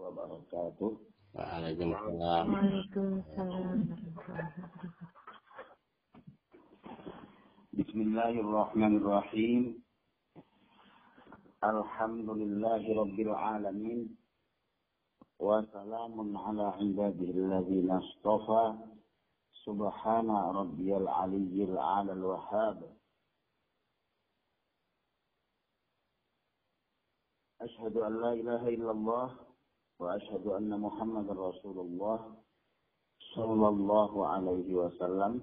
wabarakatuh. Waalaikumsalam. Waalaikumsalam. Bismillahirrahmanirrahim. Alhamdulillahi rabbil alamin. Wa salamun ala ibadihi alladhina istafa. Subhana rabbiyal aliyyil a'lal wahhab. Ashhadu an la ilaha illallah wa ashhadu anna Muhammadar Rasulullah sallallahu alaihi wasallam.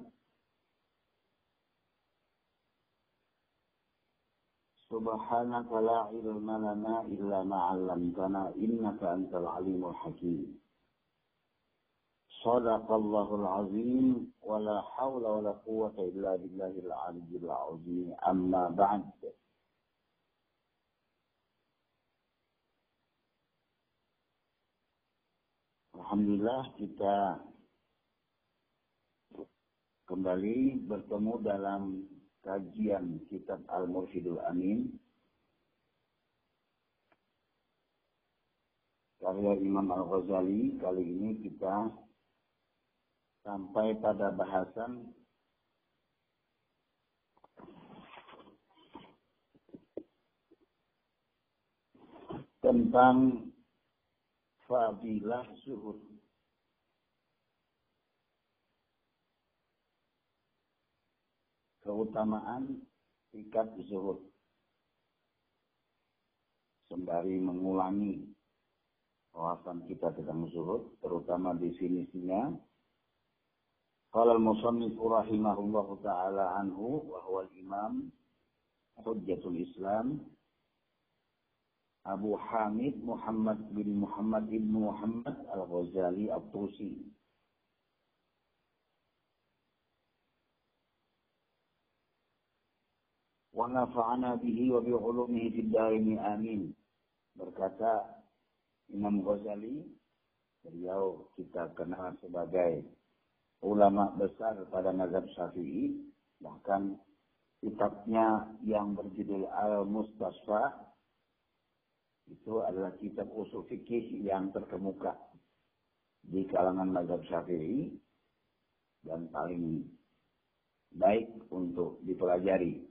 Subhanaka la ilma lana illa ma 'allamtana innaka antal alimul hakim. Shadaqallahul azim wa la haula wa la quwwata illa billahil aliyyil azim. Amma ba'd. Alhamdulillah kita kembali bertemu dalam kajian kitab Al-Mursyidul Amin karya Imam Al-Ghazali. Kali ini kita sampai pada bahasan tentang fadilah zuhud. Keutamaan sikap zuhud. Sembari mengulangi wawasan kita tentang zuhud, terutama definisinya. Qala al-musannif rahimahullahu ta'ala anhu wa huwa al-imam hujjatul Islam Abu Hamid Muhammad bin Muhammad ibn Muhammad Al-Ghazali At-Tusi. Wa nafa'ana bihi wa bi 'ulumihi fid dharain amin. Berkata Imam Ghazali, beliau kita kenal sebagai ulama besar pada mazhab Syafi'i, bahkan kitabnya yang berjudul Al-Mustasfa itu adalah kitab usul fikih yang terkemuka di kalangan mazhab Syafi'i dan paling baik untuk dipelajari.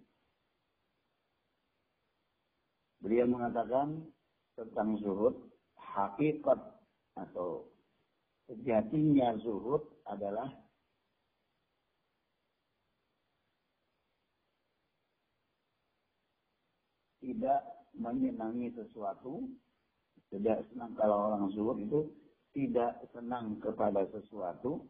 Beliau mengatakan tentang zuhud, hakikat atau sejatinya zuhud adalah tidak menyenangi sesuatu, tidak senang. Kalau orang zuhud itu tidak senang kepada sesuatu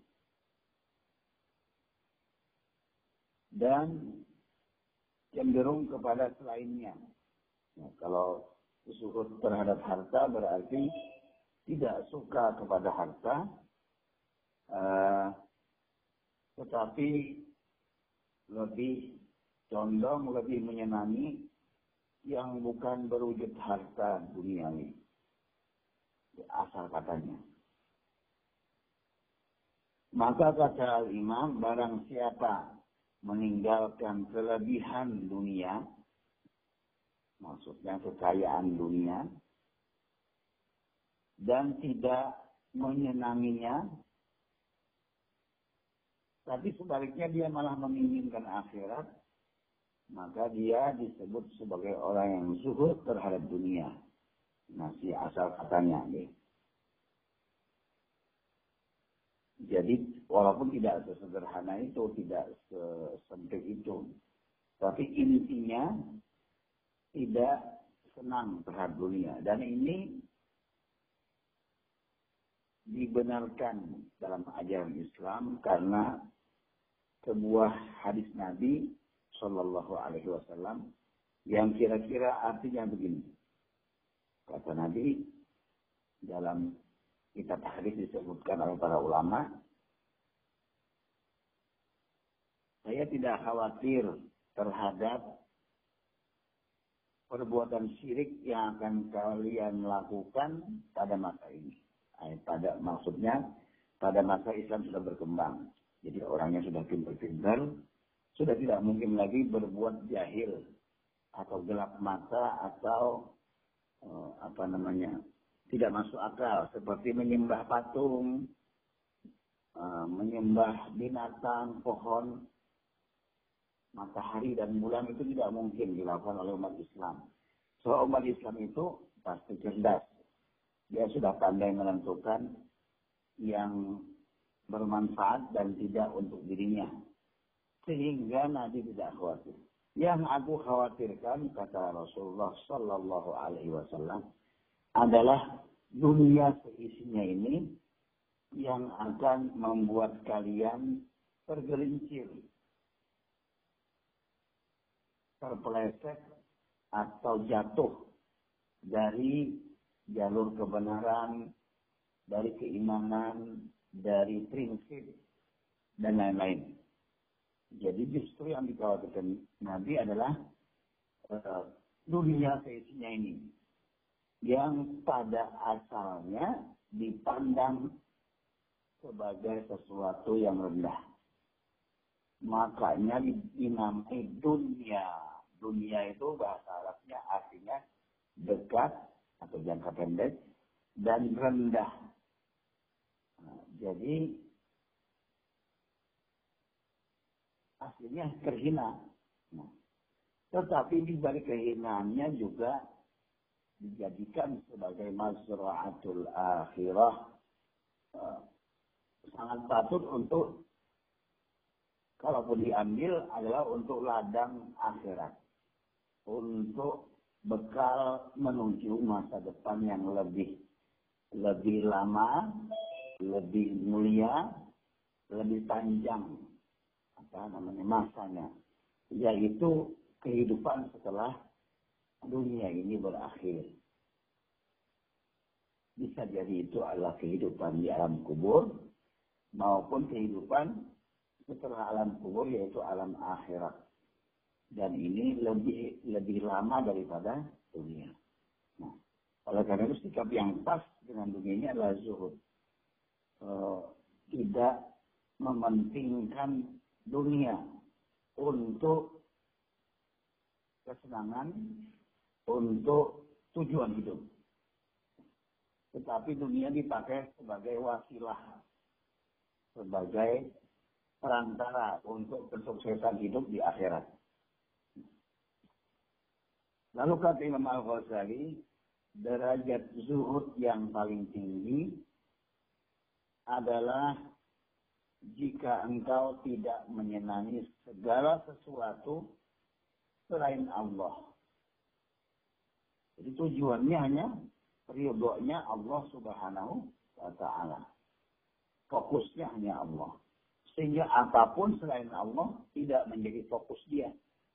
dan cenderung kepada selainnya. Nah, kalau zuhud terhadap harta berarti tidak suka kepada harta, tetapi lebih condong, lebih menyenangi yang bukan berwujud harta duniawi. Asal katanya. Maka kata Al-Imam, barang siapa meninggalkan kelebihan dunia, maksudnya kekayaan dunia, dan tidak menyenanginya, tapi sebaliknya dia malah menginginkan akhirat, maka dia disebut sebagai orang yang zuhud terhadap dunia. Nah, si asal katanya nih. Jadi walaupun tidak sesederhana itu, tidak sesempit itu, tapi intinya tidak senang terhadap dunia. Dan ini dibenarkan dalam ajaran Islam karena sebuah hadis Nabi Sallallahu Alaihi Wasallam yang kira-kira artinya begini. Kata Nabi dalam kitab hadis disebutkan oleh para ulama, saya tidak khawatir terhadap perbuatan syirik yang akan kalian lakukan pada masa ini. Maksudnya pada masa Islam sudah berkembang. Jadi orangnya sudah pintar-pintar, sudah tidak mungkin lagi berbuat jahil atau gelap mata atau tidak masuk akal, seperti menyembah patung, menyembah binatang, pohon, matahari dan bulan itu tidak mungkin dilakukan oleh umat Islam. So umat Islam itu pasti cerdas. Dia sudah pandai menentukan yang bermanfaat dan tidak untuk dirinya. Sehingga Nabi tidak khawatir. Yang aku khawatirkan, kata Rasulullah Sallallahu Alaihi Wasallam, adalah dunia seisinya ini yang akan membuat kalian tergelincir, terpeleset atau jatuh dari jalur kebenaran, dari keimanan, dari prinsip, dan lain-lain. Jadi justru yang dikhawatirkan Nabi adalah dunia seisinya ini, yang pada asalnya dipandang sebagai sesuatu yang rendah. Makanya dinamai dunia. Dunia itu bahasa Arabnya artinya dekat atau jangka pendek dan rendah. Nah, jadi aslinya terhina. Nah, tetapi di balik kehinaannya juga dijadikan sebagai mazra'atul akhirah, sangat patut untuk, kalaupun diambil, adalah untuk ladang akhirat, untuk bekal menuju masa depan yang lebih lama, lebih mulia, lebih panjang masanya, yaitu kehidupan setelah dunia ini berakhir. Bisa jadi itu adalah kehidupan di alam kubur maupun kehidupan setelah alam kubur, yaitu alam akhirat. Dan ini lebih lama daripada dunia. Nah, oleh karena itu sikap yang pas dengan dunia ini adalah zuhud. Tidak mementingkan dunia untuk kesenangan, untuk tujuan hidup. Tetapi dunia dipakai sebagai wasilah, sebagai perantara untuk kesuksesan hidup di akhirat. Lalu kata Imam Al-Ghazali, derajat zuhud yang paling tinggi adalah jika engkau tidak menyenangi segala sesuatu selain Allah. Jadi tujuannya hanya ridhonya Allah Subhanahu wa Ta'ala. Fokusnya hanya Allah. Sehingga apapun selain Allah tidak menjadi fokus dia.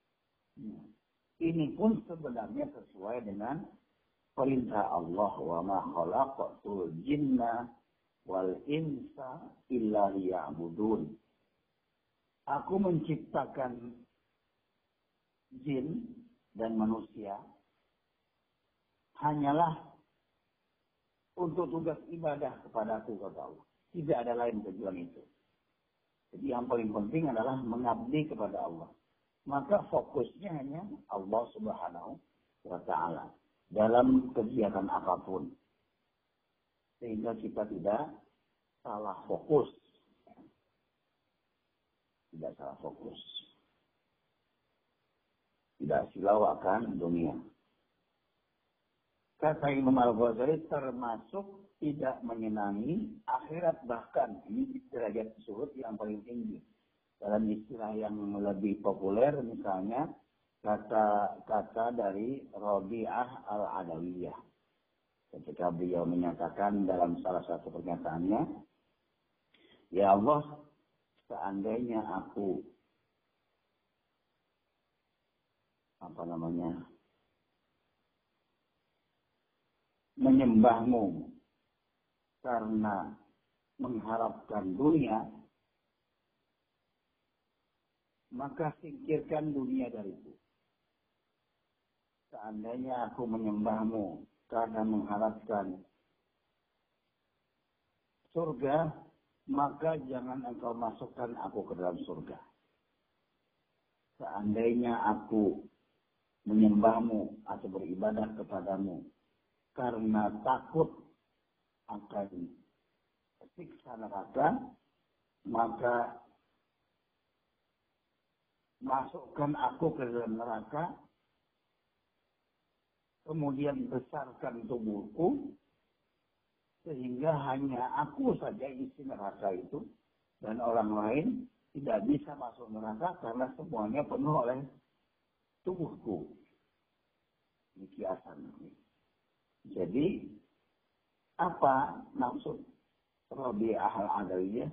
Ini pun sebenarnya sesuai dengan perintah Allah, wa ma khalaqatul jinna wal insa illa liya'budun. Aku menciptakan jin dan manusia hanyalah untuk tugas ibadah kepadaku, kata Allah. Tidak ada lain tujuan itu. Jadi yang paling penting adalah mengabdi kepada Allah. Maka fokusnya hanya Allah Subhanahu wa Ta'ala dalam kegiatan apapun. Sehingga kita tidak salah fokus. Tidak salah fokus. Tidak silau akan dunia. Kata Imam Al-Ghazali, termasuk tidak menyenangi akhirat, bahkan ini derajat zuhud yang paling tinggi. Dalam istilah yang lebih populer, misalnya kata dari Rabi'ah Al-Adawiyah. Ketika beliau menyatakan dalam salah satu pernyataannya, ya Allah, seandainya aku menyembahmu karena mengharapkan dunia, maka singkirkan dunia dariku. Seandainya aku menyembahmu karena mengharapkan surga, maka jangan engkau masukkan aku ke dalam surga. Seandainya aku menyembahmu atau beribadah kepadamu karena takut akan siksa neraka, maka masukkan aku ke dalam neraka, kemudian besarkan tubuhku, sehingga hanya aku saja isi neraka itu, dan orang lain tidak bisa masuk neraka karena semuanya penuh oleh tubuhku. Ini kiasan. Jadi, apa maksud Rabi' al-Adawiyah?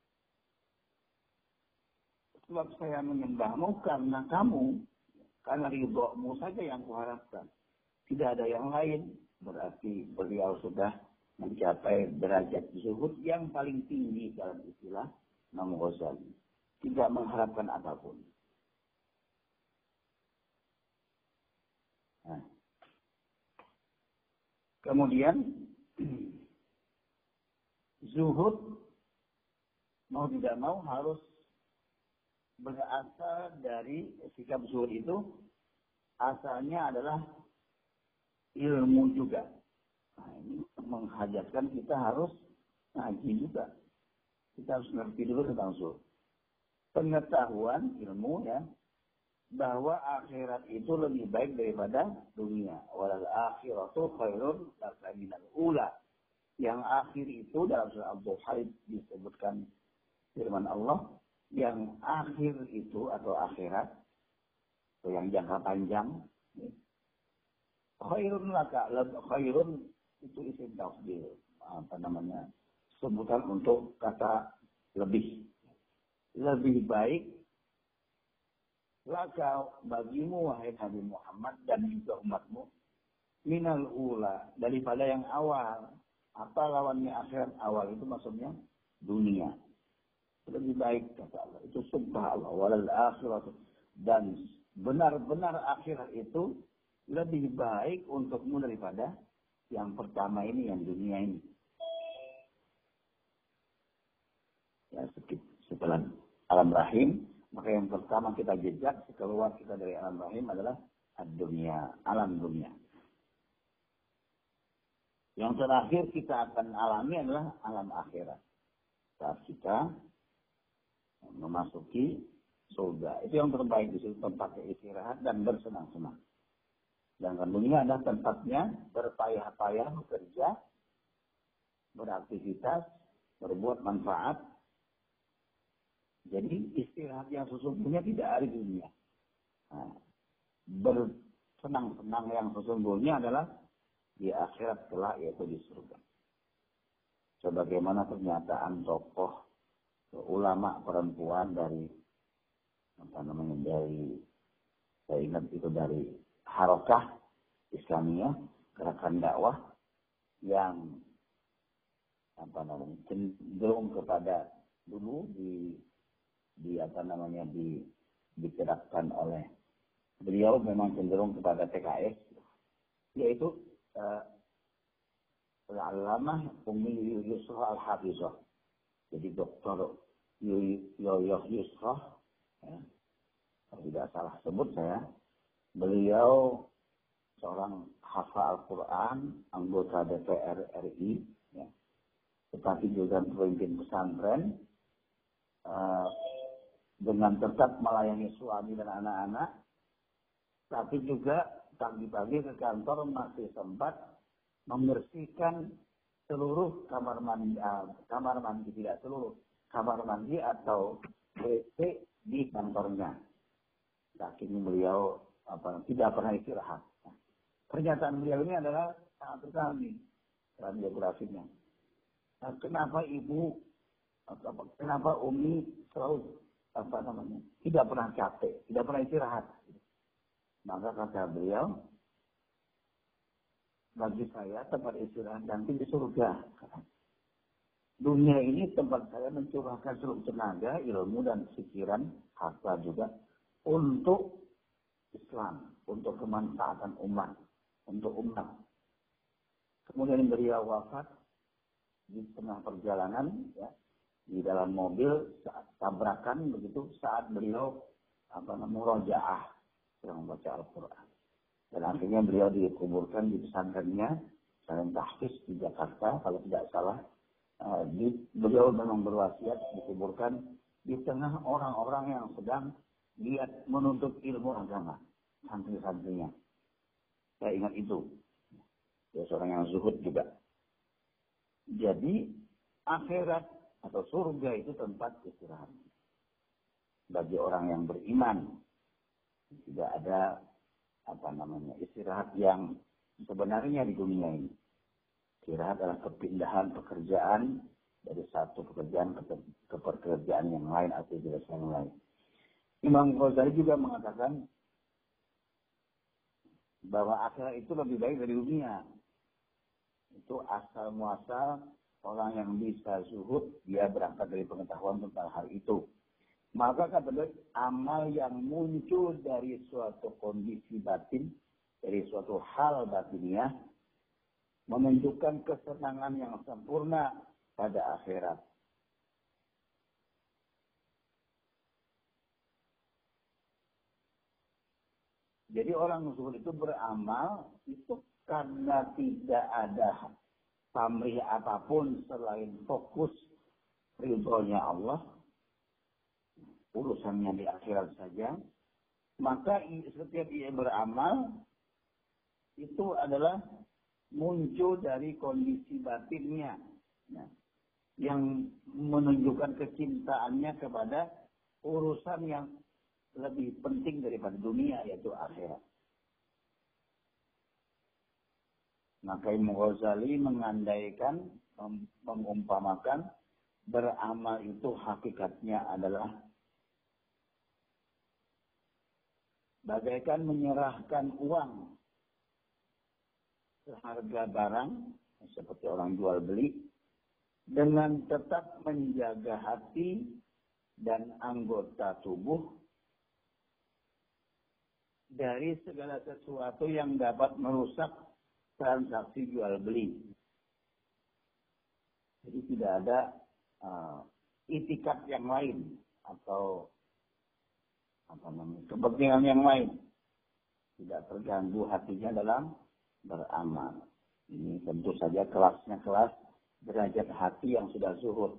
Sebab saya menyembahmu karena kamu, karena ridhomu saja yang kuharapkan. Tidak ada yang lain. Berarti beliau sudah mencapai derajat zuhud yang paling tinggi dalam istilah Imam Ghazali. Tidak mengharapkan apapun. Nah. Kemudian zuhud mau tidak mau harus berasal dari sikap zuhud itu, asalnya adalah ilmu juga. Nah, ini menghajatkan kita harus ngaji juga. Kita harus ngerti dulu tentang zuhud. Pengetahuan ilmu ya, bahwa akhirat itu lebih baik daripada dunia. Walal akhiratu khairun laka minal ula. Yang akhir itu dalam surah Al-Duha disebutkan firman Allah, yang akhir itu atau akhirat, atau yang jangka panjang, khairun laka, khairun itu isim tafdil, sebutan untuk kata lebih baik laka bagimu wahai Nabi Muhammad dan juga umatmu, minal ula, daripada yang awal. Apa lawannya akhirat? Awal itu maksudnya dunia. Lebih baik kata Allah. Itu sumpah Allah. Walal akhirat. Dan benar-benar akhirat itu lebih baik untukmu daripada yang pertama ini, yang dunia ini. Ya, setelah alam rahim, maka yang pertama kita jejak keluar kita dari alam rahim adalah dunia, alam dunia. Yang terakhir kita akan alami adalah alam akhirat. Saat kita memasuki surga. Itu yang terbaik di situ, tempat istirahat dan bersenang-senang. Sedangkan dunia adalah tempatnya berpayah-payah bekerja, beraktivitas, berbuat manfaat. Jadi istirahat yang sesungguhnya tidak ada di dunia. Nah, bersenang-senang yang sesungguhnya adalah di akhirat kelak, yaitu di surga. Sebagaimana pernyataan tokoh ulama perempuan dari saya ingat itu dari Harakah Islamiyah, gerakan dakwah yang cenderung kepada dulu digerakkan oleh beliau, memang cenderung kepada PKS, yaitu Al-Alamah Umi Yusra Al-Hafizah. Jadi Dr. Yoyoh Yusra, ya, kalau tidak salah sebut saya, beliau seorang hafal Al-Quran, anggota DPR RI, ya, tetapi juga pemimpin pesantren, dengan tetap melayani suami dan anak-anak, tapi juga pagi-pagi ke kantor masih sempat membersihkan seluruh kamar mandi tidak seluruh, kamar mandi atau WC di kantornya. Saking beliau tidak pernah istirahat. Pernyataan beliau ini adalah sangat terkami dalam biografinya. Nah, kenapa Umi selalu tidak pernah capek, tidak pernah istirahat? Maka kata beliau, bagi saya tempat istirahat nanti di surga. Dunia ini tempat saya mencurahkan seluruh tenaga, ilmu dan pikiran, harta juga untuk Islam, untuk kemanfaatan umat, untuk umat. Kemudian beliau wafat di tengah perjalanan, ya, di dalam mobil saat tabrakan begitu, saat beliau murojaah sedang membaca Al-Quran. Dan akhirnya beliau dikuburkan di pesantrennya Salim Tahfiz di Jakarta, kalau tidak salah. Beliau memang berwasiat dikuburkan di tengah orang-orang yang sedang giat menuntut ilmu agama, santri-santrinya. Saya ingat itu. Dia seorang yang zuhud juga. Jadi akhirat atau surga itu tempat istirahat bagi orang yang beriman. Tidak ada istirahat yang sebenarnya di dunia ini. Istirahat adalah kepindahan pekerjaan dari satu pekerjaan ke pekerjaan yang lain atau jenis yang lain. Imam Ghazali juga mengatakan bahwa akhirat itu lebih baik dari dunia. Itu asal muasal orang yang bisa zuhud, dia berangkat dari pengetahuan tentang hal itu. Maka kata beliau, amal yang muncul dari suatu kondisi batin, dari suatu hal batiniah, menunjukkan kesenangan yang sempurna pada akhirat. Jadi orang zuhud itu beramal itu karena tidak ada pamrih apapun selain fokus ridhonya Allah, urusannya di akhirat saja. Maka setiap ia beramal itu adalah muncul dari kondisi batinnya, yang menunjukkan kecintaannya kepada urusan yang lebih penting daripada dunia, yaitu akhirat. Maka Imam Ghazali mengandaikan, mengumpamakan beramal itu hakikatnya adalah bagaikan menyerahkan uang seharga barang, seperti orang jual beli, dengan tetap menjaga hati dan anggota tubuh dari segala sesuatu yang dapat merusak transaksi jual beli. Jadi tidak ada itikat yang lain atau kepentingan yang lain. Tidak terganggu hatinya dalam beramal. Ini tentu saja kelasnya kelas derajat hati yang sudah zuhud.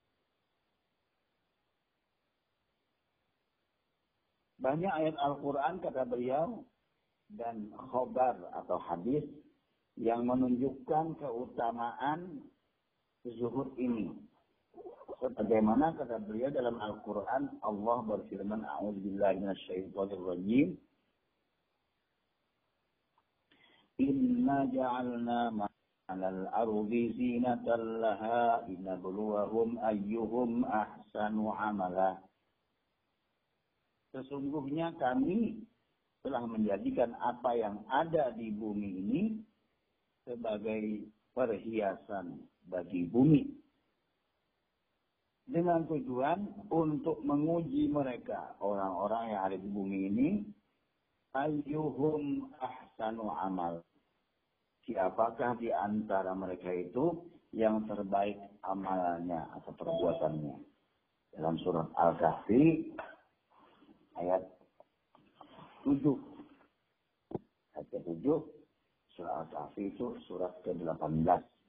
Banyak ayat Al-Quran kata beliau dan khobar atau hadis yang menunjukkan keutamaan zuhud ini. Sebagaimana kata beliau dalam Al-Quran, Allah berfirman, A'udzubillahi minasyaitonirrajim, Inna ja'alna ma'alal ardi zinatan laha linabluwahum ayyuhum ahsanu amala. Sesungguhnya kami telah menjadikan apa yang ada di bumi ini sebagai perhiasan bagi bumi, dengan tujuan untuk menguji mereka, orang-orang yang ada di bumi ini, ayyuhum ahsanu amal. Siapakah di antara mereka itu yang terbaik amalannya atau perbuatannya. Dalam surat Al-Kahfi ayat 7. Ayat 7 surat Al-Kahfi itu surat ke-18.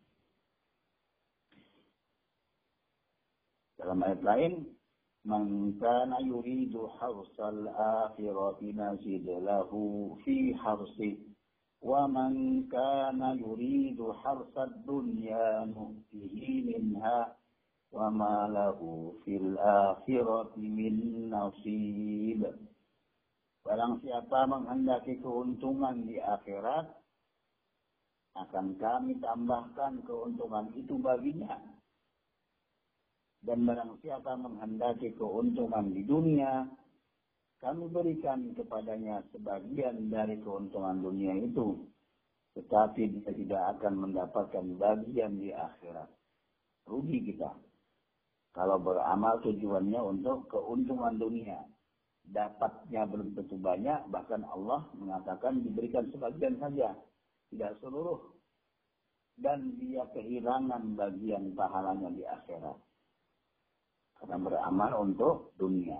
Dalam ayat lain, Man kana yuridu harsal akhirati nazid lahu fi harsi wa man kana yuridu harsad dunya nu'tihi minha wa ma lahu fil akhirati min nasib. Barang siapa menghendaki keuntungan di akhirat, akan kami tambahkan keuntungan itu baginya. Dan barang siapa menghendaki keuntungan di dunia, kami berikan kepadanya sebagian dari keuntungan dunia itu. Tetapi dia tidak akan mendapatkan bagian di akhirat. Rugi kita. Kalau beramal tujuannya untuk keuntungan dunia. Dapatnya belum tentu banyak, bahkan Allah mengatakan diberikan sebagian saja. Tidak seluruh. Dan dia kehilangan bagian pahalanya di akhirat. Karena beramal untuk dunia.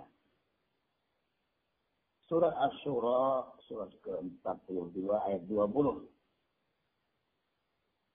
Surat Asy-Syura, surat ke-42 ayat 20.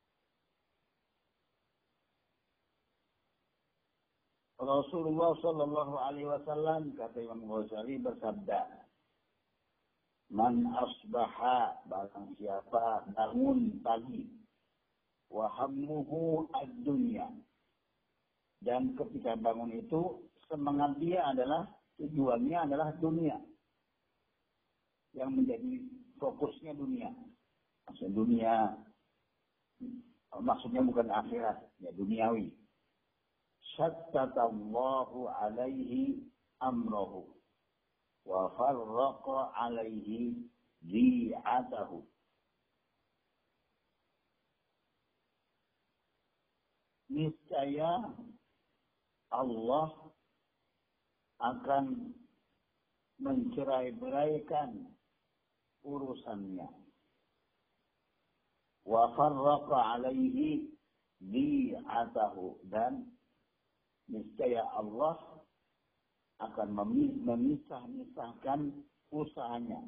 Rasulullah Shallallahu Alaihi Wasallam, kata Imam Ghazali, bersabda, "Man asbaha, barang siapa bangun pagi, wa hammuhu ad-dunya." Dan ketika bangun itu, semangat dia adalah, tujuannya adalah dunia. Yang menjadi fokusnya dunia. Maksudnya dunia, maksudnya bukan akhirat, ya duniawi. Syattatallahu alaihi amrahu wa farraqa alaihi bi'atahu. Niscaya Allah akan mencerai-beraikan urusannya. Wa farraqa alaihi bi'atahu, dan niscaya Allah akan memisah-misahkan usahanya.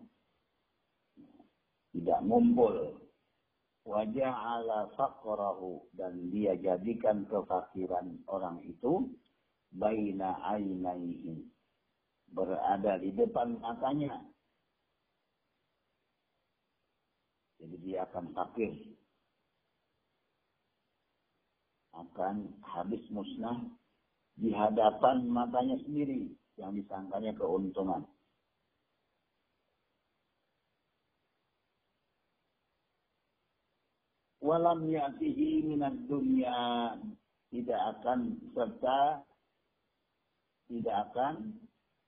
Tidak ngumpul. Wa ja'ala faqrahu, dan dia jadikan kefakiran orang itu baina ainaihi, berada di depan matanya. Jadi dia akan fakir, akan habis musnah di hadapan matanya sendiri, yang disangkanya keuntungan. Walam ya'tihi minad dunya, tidak akan serta tidak akan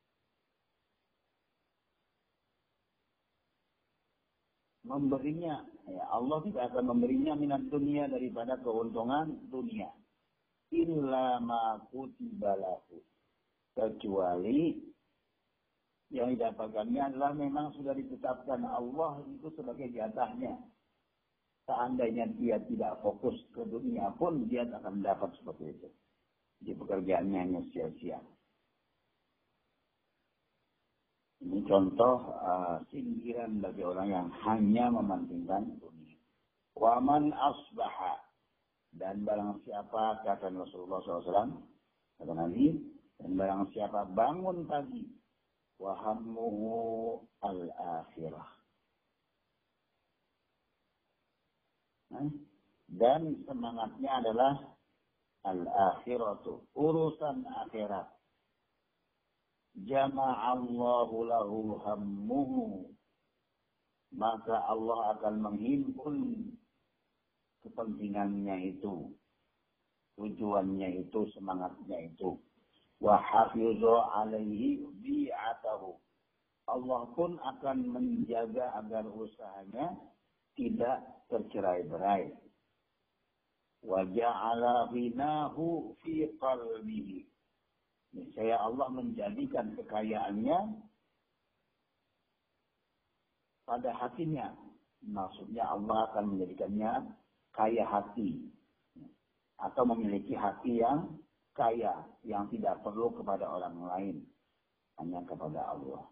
memberinya, ya Allah tidak akan memberinya minat dunia, daripada keuntungan dunia. Illa ma kutiba lahu, kecuali yang didapatkannya adalah memang sudah ditetapkan Allah itu sebagai jatahnya. Seandainya dia tidak fokus ke dunia pun, dia akan dapat seperti itu. Jadi pekerjaannya hanya sia-sia. Ini contoh sindiran bagi orang yang hanya mementingkan dunia. Waman asbaha, dan barang siapa, kata Rasulullah SAW, kata Nabi, dan barang siapa bangun pagi, wahammuhu al-akhirah, dan semangatnya adalah al-akhiratu, urusan akhirat. Jama'allahu lahu hammuhu, maka Allah akan menghimpun kepentingannya itu, tujuannya itu, semangatnya itu. Wa hafizu alaihi bi'atahu, Allah pun akan menjaga agar usahanya tidak tercerai-berai. Wa ja'ala ghinahu fi qalbihi, niscaya Allah menjadikan kekayaannya pada hatinya. Maksudnya Allah akan menjadikannya kaya hati, atau memiliki hati yang kaya, yang tidak perlu kepada orang lain, hanya kepada Allah.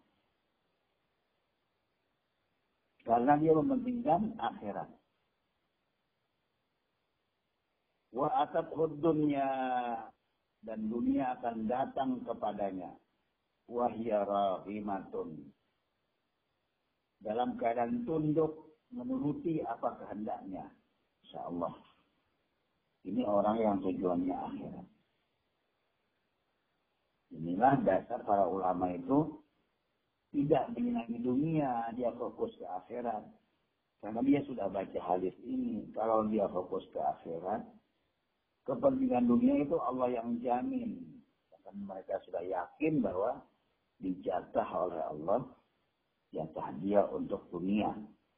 Karena dia mementingkan akhirat. Wa atathud dunya, dan dunia akan datang kepadanya. Wahya rahimatun, dalam keadaan tunduk menuruti apa kehendaknya. Insyaallah. Ini orang yang tujuannya akhirat. Inilah dasar para ulama itu tidak menyenangi dunia, dia fokus ke akhirat. Karena dia sudah baca hadis ini, kalau dia fokus ke akhirat, kepentingan dunia itu Allah yang jamin. Karena mereka sudah yakin bahwa dijatah oleh Allah, jatah dia untuk dunia.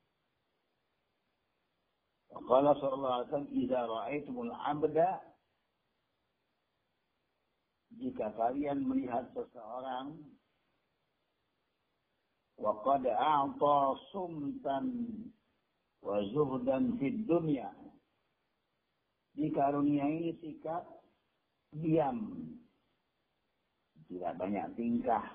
Qala sallallahu alaihi wasallam, "Idza ra'aitumul 'abda", jika kalian melihat seseorang, wa qad a'ta sumtan wa zuhdan fid dunya, dikaruniai sikap diam, tidak banyak tingkah,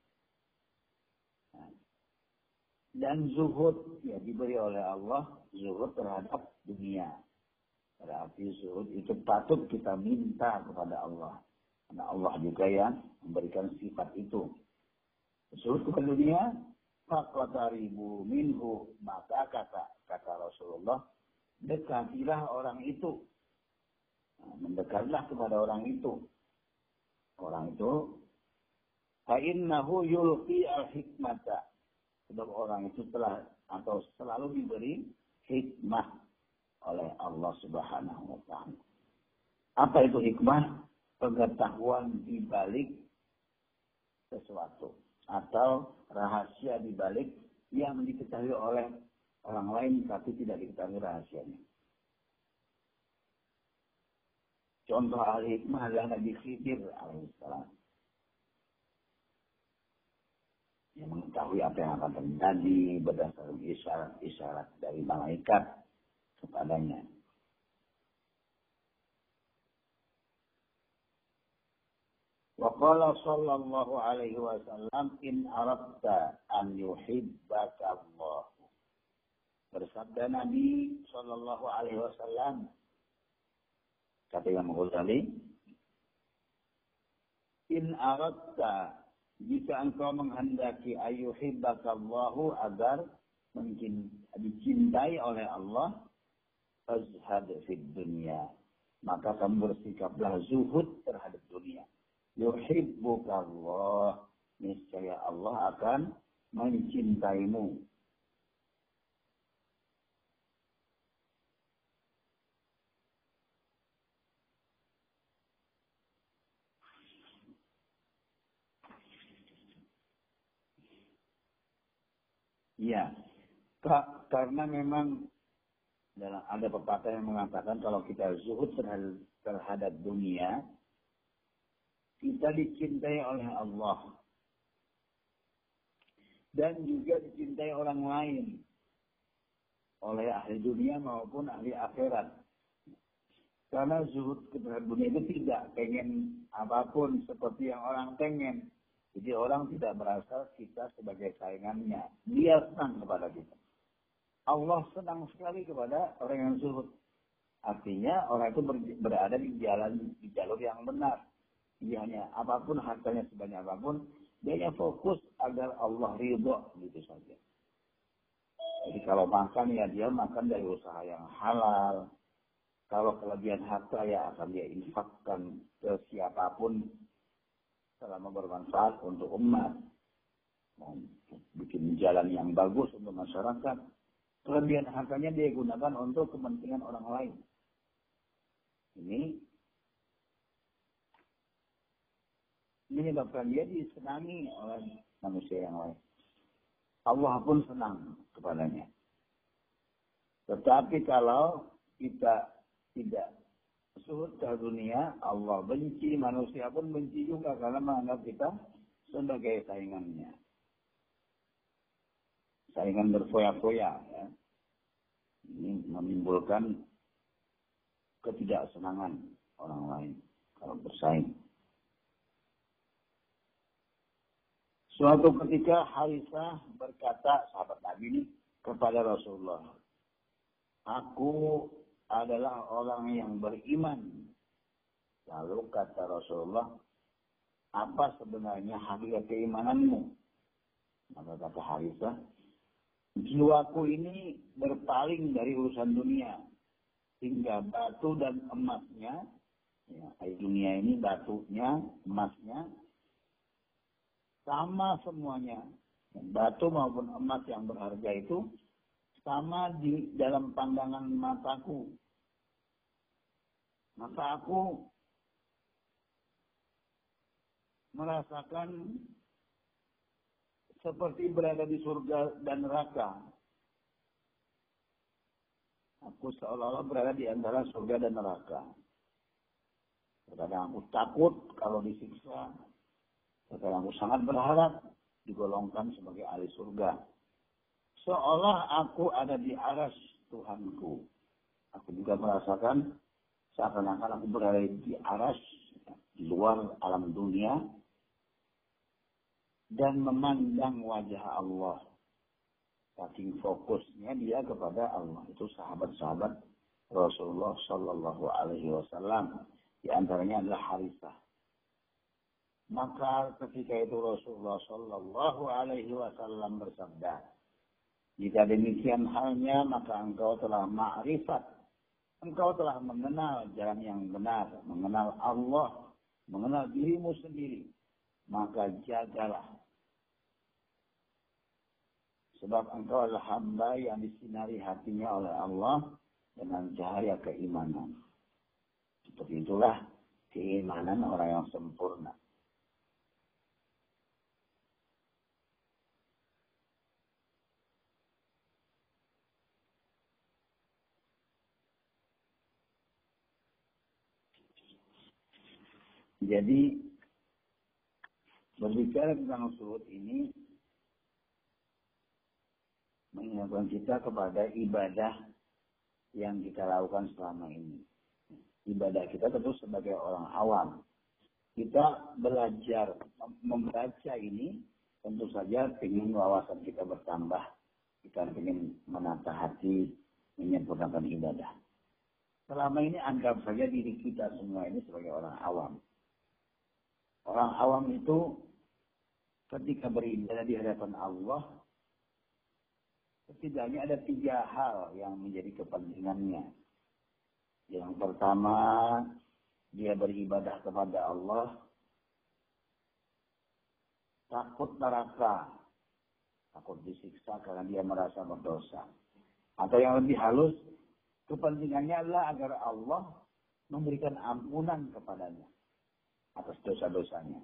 dan zuhud, ya diberi oleh Allah zuhud terhadap dunia. Berarti zuhud itu patut kita minta kepada Allah Karena Allah juga yang memberikan sifat itu. Zuhud kepada dunia, faqataribu minhu, maka kata Rasulullah, dekatilah orang itu. Mendekatlah kepada orang itu. Orang itu, fa'innahu yulqi al-hikmata. Sebab orang itu telah atau selalu diberi hikmah oleh Allah Subhanahu wa Ta'ala. Apa itu hikmah? Pengetahuan di balik sesuatu atau rahasia di balik yang diketahui oleh orang lain tapi tidak diketahui rahasianya. Contoh ahli hikmah adalah Nabi Khidir alaihissalam. Yang mengetahui apa yang akan terjadi berdasarkan isyarat dari malaikat kepadanya. Wa qala sallallahu alaihi wasallam in aradta an yuhibbaka Allah. Bersabda Nabi sallallahu alaihi wasallam, kata Imam Ghazali, in aradta, jika engkau menghendaki ayyuhibbakallahu agar dicintai oleh Allah, fazhad fid dunya, maka kamu bersikaplah zuhud terhadap dunia. Yuhibbukallah, niscaya Allah akan mencintaimu. Ya, karena memang ada pepatah yang mengatakan kalau kita zuhud terhadap dunia, kita dicintai oleh Allah dan juga dicintai orang lain, oleh ahli dunia maupun ahli akhirat. Karena zuhud terhadap dunia itu tidak pengen apapun seperti yang orang pengen. Jadi orang tidak merasa kita sebagai saingannya. Dia senang kepada kita. Allah senang sekali kepada orang yang zuhud. Artinya orang itu berada di jalur yang benar. Dia hanya apapun hartanya sebanyak apapun, dia hanya fokus agar Allah ridho gitu saja. Jadi kalau makan ya dia makan dari usaha yang halal. Kalau kelebihan harta ya akan dia infakkan ke siapapun selama bermanfaat untuk umat. Bikin jalan yang bagus untuk masyarakat. Kelebihan hartanya dia gunakan untuk kepentingan orang lain. Ini menyebabkan dia disenangi oleh manusia yang lain. Allah pun senang kepadanya. Tetapi kalau kita tidak zuhud ke dunia, Allah benci, manusia pun benci juga karena menganggap kita sebagai saingannya. Saingan berfoya-foya. Ya. Ini menimbulkan ketidaksenangan orang lain kalau bersaing. Suatu ketika Harisah berkata, sahabat Nabi ini, kepada Rasulullah, aku adalah orang yang beriman. Lalu kata Rasulullah, apa sebenarnya hakikat keimananmu? Maka kata Harisah, jiwaku ini berpaling dari urusan dunia, hingga batu dan emasnya, ya, dunia ini batunya, emasnya, sama semuanya. Batu maupun emas yang berharga itu sama di dalam pandangan mataku. Maka aku merasakan seperti berada di surga dan neraka. Aku seolah-olah berada di antara surga dan neraka. Kadang aku takut kalau disiksa. Kadang aku sangat berharap digolongkan sebagai ahli surga. Seolah aku ada di aras Tuhanku. Aku juga merasakan seakan-akan aku berada di aras, di luar alam dunia, dan memandang wajah Allah. Saking fokusnya dia kepada Allah. Itu sahabat-sahabat Rasulullah Sallallahu Alaihi Wasallam. Di antaranya adalah Harisah. Maka ketika itu Rasulullah Shallallahu Alaihi Wasallam bersabda, jika demikian halnya maka engkau telah ma'rifat, engkau telah mengenal jalan yang benar, mengenal Allah, mengenal dirimu sendiri, maka jagalah. Sebab engkau adalah hamba yang disinari hatinya oleh Allah dengan cahaya keimanan. Seperti itulah keimanan orang yang sempurna. Jadi berbicara tentang suhud ini mengingatkan kita kepada ibadah yang kita lakukan selama ini. Ibadah kita tentu sebagai orang awam. Kita belajar membaca ini tentu saja ingin wawasan kita bertambah. Kita ingin menata hati, menyempurnakan ibadah. Selama ini anggap saja diri kita semua ini sebagai orang awam. Orang awam itu ketika beribadah di hadapan Allah, setidaknya ada 3 hal yang menjadi kepentingannya. Yang pertama, dia beribadah kepada Allah, takut neraka, takut disiksa karena dia merasa berdosa. Atau yang lebih halus, kepentingannya adalah agar Allah memberikan ampunan kepadanya atas dosa-dosanya.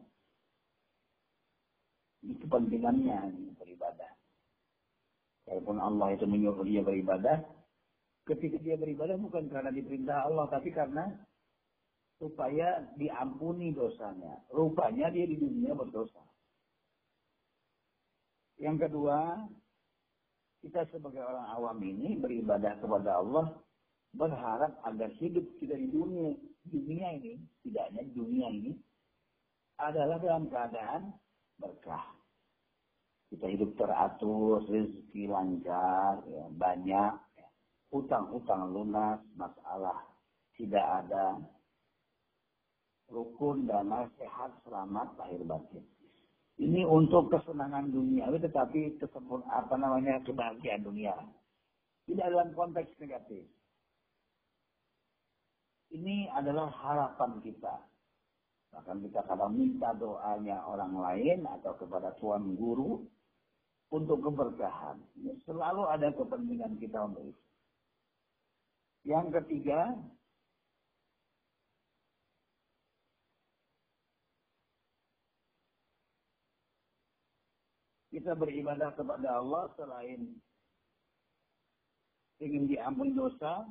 Ini kepentingannya beribadah. Walaupun Allah itu menyuruh dia beribadah, ketika dia beribadah bukan karena diperintah Allah, tapi karena supaya diampuni dosanya. Rupanya dia di dunia berdosa. Yang kedua, kita sebagai orang awam ini beribadah kepada Allah, berharap agar hidup kita di dunia ini, tidaknya dunia ini, adalah dalam keadaan berkah. Kita hidup teratur, rezeki lancar, ya, banyak, ya. Hutang-hutang lunas, masalah tidak ada, rukun, damai, sehat, selamat, lahir batin. Ini untuk kesenangan dunia, tetapi kebahagiaan dunia. Tidak dalam konteks negatif. Ini adalah harapan kita. Bahkan kita kadang minta doanya orang lain atau kepada tuan guru untuk keberkahan. Selalu ada kepentingan kita untuk itu. Yang ketiga, kita beribadah kepada Allah selain ingin diampuni dosa,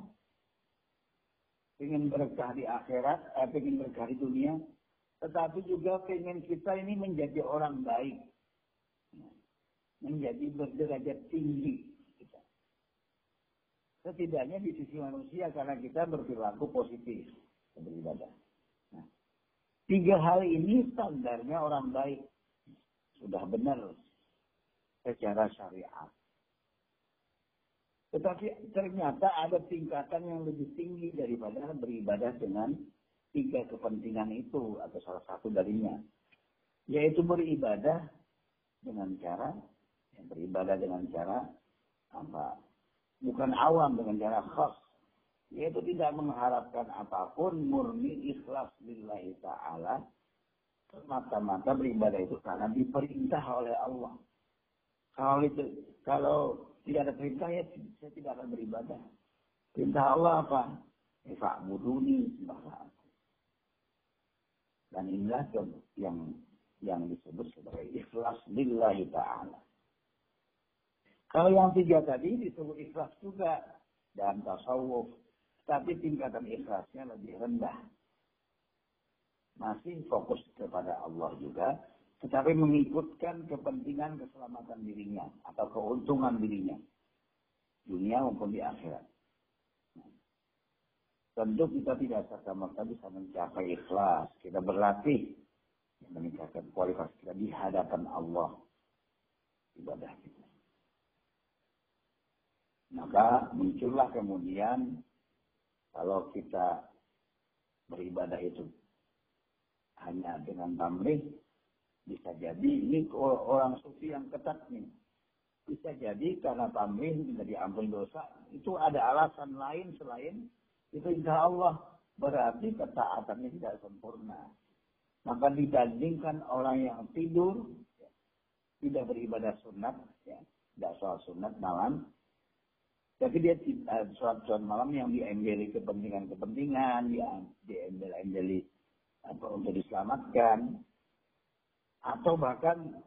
ingin berkah di akhirat, ingin berkah di dunia, tetapi juga ingin kita ini menjadi orang baik, menjadi berderajat tinggi. Setidaknya di sisi manusia karena kita berperilaku positif beribadah. Nah, 3 hal ini standarnya orang baik, sudah benar secara syariat. Tetapi ternyata ada tingkatan yang lebih tinggi daripada beribadah dengan 3 kepentingan itu, atau salah satu darinya. Yaitu beribadah dengan cara apa? Bukan awam, dengan cara khas. Yaitu tidak mengharapkan apapun, murni ikhlas lillahi ta'ala. Semata-mata beribadah itu karena diperintah oleh Allah. Kalau tidak ada perintah, ya saya tidak akan beribadah. Perintah Allah apa? Fa'buduni, sembahlah aku. Dan inilah yang disebut sebagai ikhlas lillahi ta'ala. Kalau yang 3 tadi disebut ikhlas juga dalam tasawuf, tapi tingkatan ikhlasnya lebih rendah. Masih fokus kepada Allah juga, tetapi mengikutkan kepentingan keselamatan dirinya atau keuntungan dirinya, dunia maupun di akhirat. Tentu kita tidak serta-merta bisa mencapai ikhlas. Kita berlatih meningkatkan kualitas kita di hadapan Allah, ibadah kita. Maka muncullah kemudian kalau kita beribadah itu hanya dengan pamrih, Bisa jadi ini orang sufi yang ketat nih. Bisa jadi karena tamrin tidak diampuni dosa. Itu ada alasan lain selain itu insya Allah. Berarti ketaatannya tidak sempurna. Maka dibandingkan orang yang tidur, ya, tidak beribadah sunat, ya, tidak sholat sunat malam, tapi dia sholat malam yang diembeli kepentingan-kepentingan, yang diembel-embeli untuk diselamatkan, atau bahkan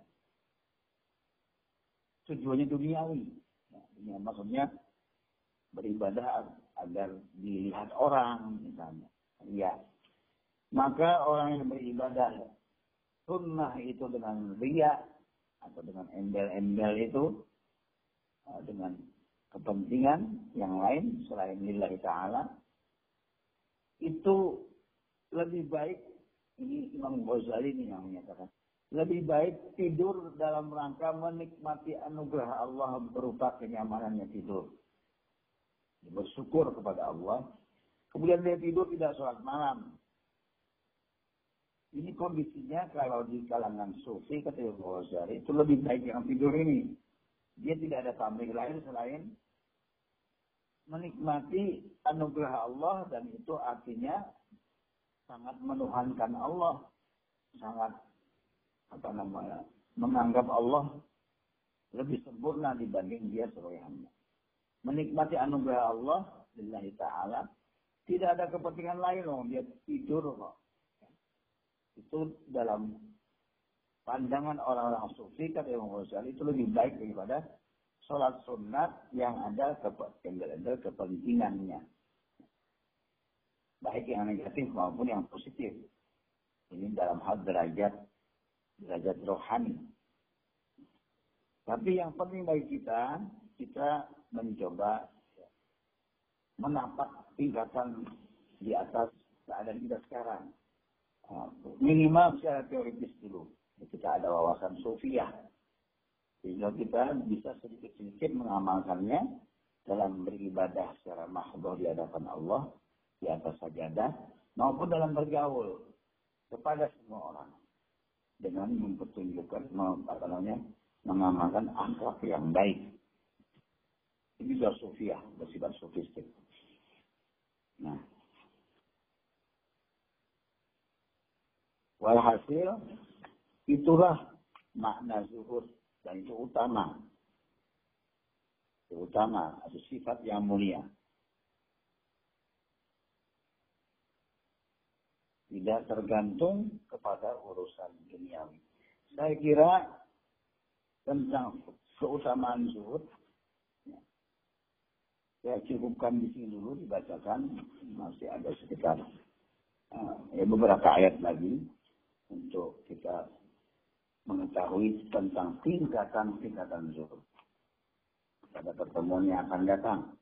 tujuannya duniawi. Ya, maksudnya beribadah agar dilihat orang, misalnya. Ya. Maka orang yang beribadah sunnah itu dengan riya atau dengan embel-embel itu, dengan kepentingan yang lain selain lillahi ta'ala, itu lebih baik, ini Imam Ghazali ini yang menyatakan, lebih baik tidur dalam rangka menikmati anugerah Allah berupa kenyamanannya tidur. Bersyukur kepada Allah. Kemudian dia tidur tidak sholat malam. Ini kondisinya kalau di kalangan sufi, kata Imam Ghazali, itu lebih baik yang tidur ini. Dia tidak ada tamrik lain selain menikmati anugerah Allah, dan itu artinya sangat menuhankan Allah, sangat menganggap Allah lebih sempurna dibanding dia sebagai hamba. Menikmati anugerah Allah lillahi ta'ala, tidak ada kepentingan lain loh, dia tidur kok. Itu dalam pandangan orang-orang sufi, kata Imam Ghazali, itu lebih baik daripada sholat sunat yang ada kepentingannya. Baik yang negatif maupun yang positif. Ini dalam hal derajat rohani. Tapi yang penting bagi kita mencoba menapak tingkatan di atas keadaan kita sekarang. Minimal secara teoritis dulu. Kita ada wawasan sufiah. Sehingga kita bisa sedikit-sedikit mengamalkannya dalam beribadah secara mahdhah di hadapan Allah, di atas sajadah, maupun dalam bergaul kepada semua orang. Dengan mempertunjukkan, mengamalkan akhlak yang baik. Ini sudah sufiah, bersifat sofistik. Nah, walhasil, itulah makna zuhud, dan itu utama. Itu utama, itu sifat yang mulia. Tidak tergantung kepada urusan duniawi. Saya kira tentang keutamaan zuhud, saya cukupkan di sini dulu, dibacakan. Masih ada sekitar beberapa ayat lagi untuk kita mengetahui tentang tingkatan-tingkatan zuhud. Pada pertemuan yang akan datang.